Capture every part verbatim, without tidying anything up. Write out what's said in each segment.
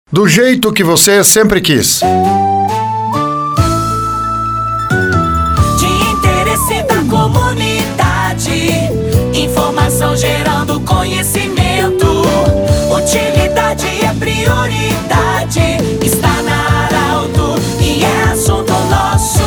Do jeito que você sempre quis. De interesse da comunidade, informação gerando conhecimento. Utilidade é prioridade, está na Arauto e é assunto nosso.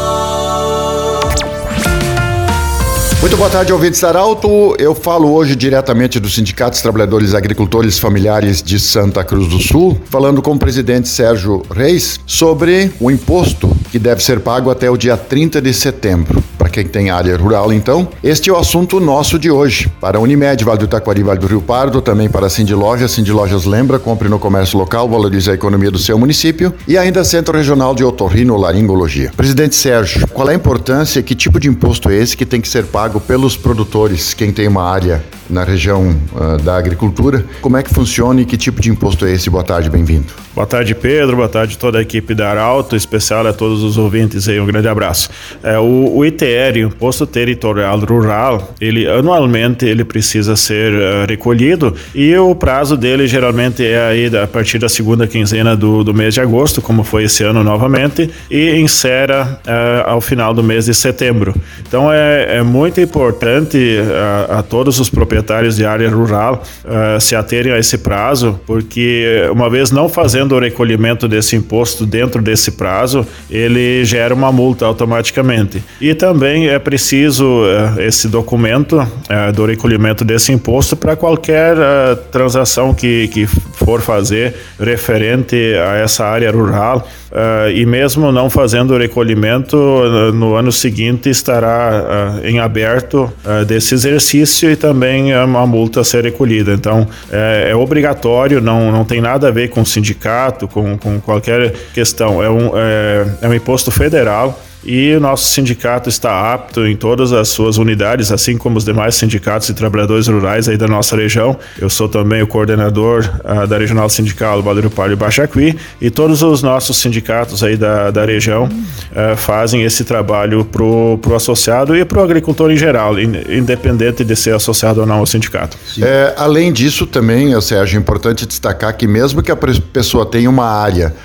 Muito boa tarde, ouvintes da Arauto. Eu falo hoje diretamente do Sindicato dos Trabalhadores Agricultores Familiares de Santa Cruz do Sul, falando com o presidente Sérgio Reis sobre o imposto que deve ser pago até o dia trinta de setembro. Para quem tem área rural, então, este é o assunto nosso de hoje. Para a Unimed, Vale do Taquari, Vale do Rio Pardo, também para a Cindy Lojas. Cindy Lojas lembra, compre no comércio local, valorize a economia do seu município. E ainda Centro Regional de Otorrinolaringologia. Presidente Sérgio, qual é a importância e que tipo de imposto é esse que tem que ser pago pelos produtores, quem tem uma área na região uh, da agricultura? Como é que funciona e que tipo de imposto é esse? Boa tarde, bem-vindo. Boa tarde, Pedro. Boa tarde a toda a equipe da Arauto, em especial a todos os ouvintes aí, um grande abraço. É, o, o I T R, o Imposto Territorial Rural, ele anualmente ele precisa ser uh, recolhido e o prazo dele geralmente é aí a partir da segunda quinzena do, do mês de agosto, como foi esse ano novamente, e encerra uh, ao final do mês de setembro. Então é, é muito importante uh, a todos os proprietários de área rural uh, se aterem a esse prazo, porque uma vez não fazendo o recolhimento desse imposto dentro desse prazo, ele gera uma multa automaticamente. E também é preciso uh, esse documento uh, do recolhimento desse imposto para qualquer uh, transação que, que for fazer referente a essa área rural. Uh, e mesmo não fazendo o recolhimento, uh, no ano seguinte estará uh, em aberto uh, desse exercício e também uh, uma multa a ser recolhida. Então é, é obrigatório, não, não tem nada a ver com sindicato, com, com qualquer questão. É um, é, é um imposto federal. E o nosso sindicato está apto em todas as suas unidades, assim como os demais sindicatos de trabalhadores rurais aí da nossa região. Eu sou também o coordenador uh, da Regional Sindical Vale do Rio Pardo e Baixacuí, e todos os nossos sindicatos aí da, da região uh, fazem esse trabalho pro, pro associado e pro agricultor em geral, in, independente de ser associado ou não ao sindicato. É, além disso também, Sérgio, é importante destacar que mesmo que a pessoa tenha uma área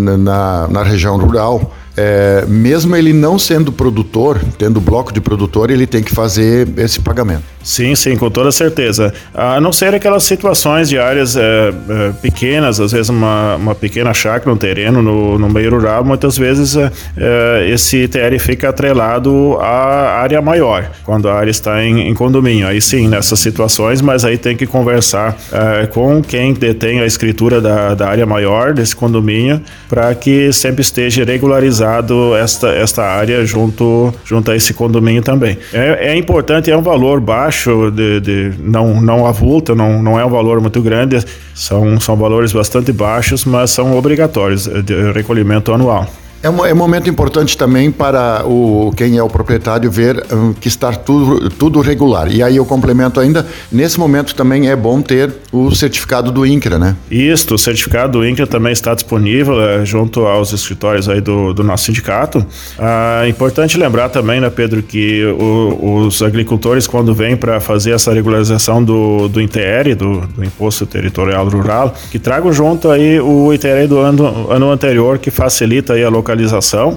na, na região rural, É, mesmo ele não sendo produtor, tendo bloco de produtor, ele tem que fazer esse pagamento. Sim, sim, com toda certeza. A não ser aquelas situações de áreas é, é, pequenas, às vezes uma, uma pequena chácara, um terreno no, no meio rural, muitas vezes é, é, esse I T R fica atrelado à área maior, quando a área está em, em condomínio. Aí sim, nessas situações, mas aí tem que conversar é, com quem detém a escritura da, da área maior desse condomínio, para que sempre esteja regularizado esta, esta área junto, junto a esse condomínio também. É, é importante, é um valor baixo, de, de, não, não avulta, não, não é um valor muito grande, são, são valores bastante baixos, mas são obrigatórios de recolhimento anual. É um, é um momento importante também para o, quem é o proprietário ver um, que está tudo, tudo regular. E aí eu complemento ainda, nesse momento também é bom ter o certificado do INCRA, né? Isso, o certificado do INCRA também está disponível é, junto aos escritórios aí do, do nosso sindicato. Ah, importante lembrar também, né, Pedro, que o, os agricultores, quando vêm para fazer essa regularização do, do I T R, do, do Imposto Territorial Rural, que tragam junto aí o I T R do ano, ano anterior, que facilita aí a localização localização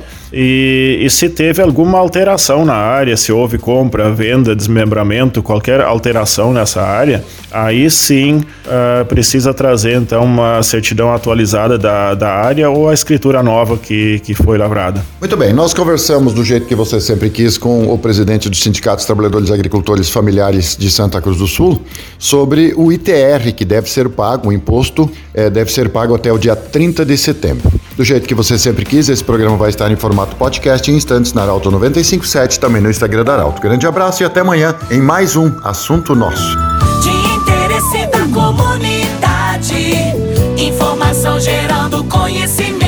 e, e se teve alguma alteração na área, se houve compra, venda, desmembramento, qualquer alteração nessa área, aí sim uh, precisa trazer então uma certidão atualizada da, da área ou a escritura nova que, que foi lavrada. Muito bem, nós conversamos do jeito que você sempre quis com o presidente do Sindicato dos Trabalhadores Agricultores Familiares de Santa Cruz do Sul sobre o I T R que deve ser pago, o imposto eh, deve ser pago até o dia trinta de setembro. Do jeito que você sempre quis, esse programa vai estar em formato podcast em instantes na Arauto noventa e cinco ponto sete, também no Instagram da Arauto. Grande abraço e até amanhã em mais um Assunto Nosso. De interesse da comunidade, informação gerando conhecimento.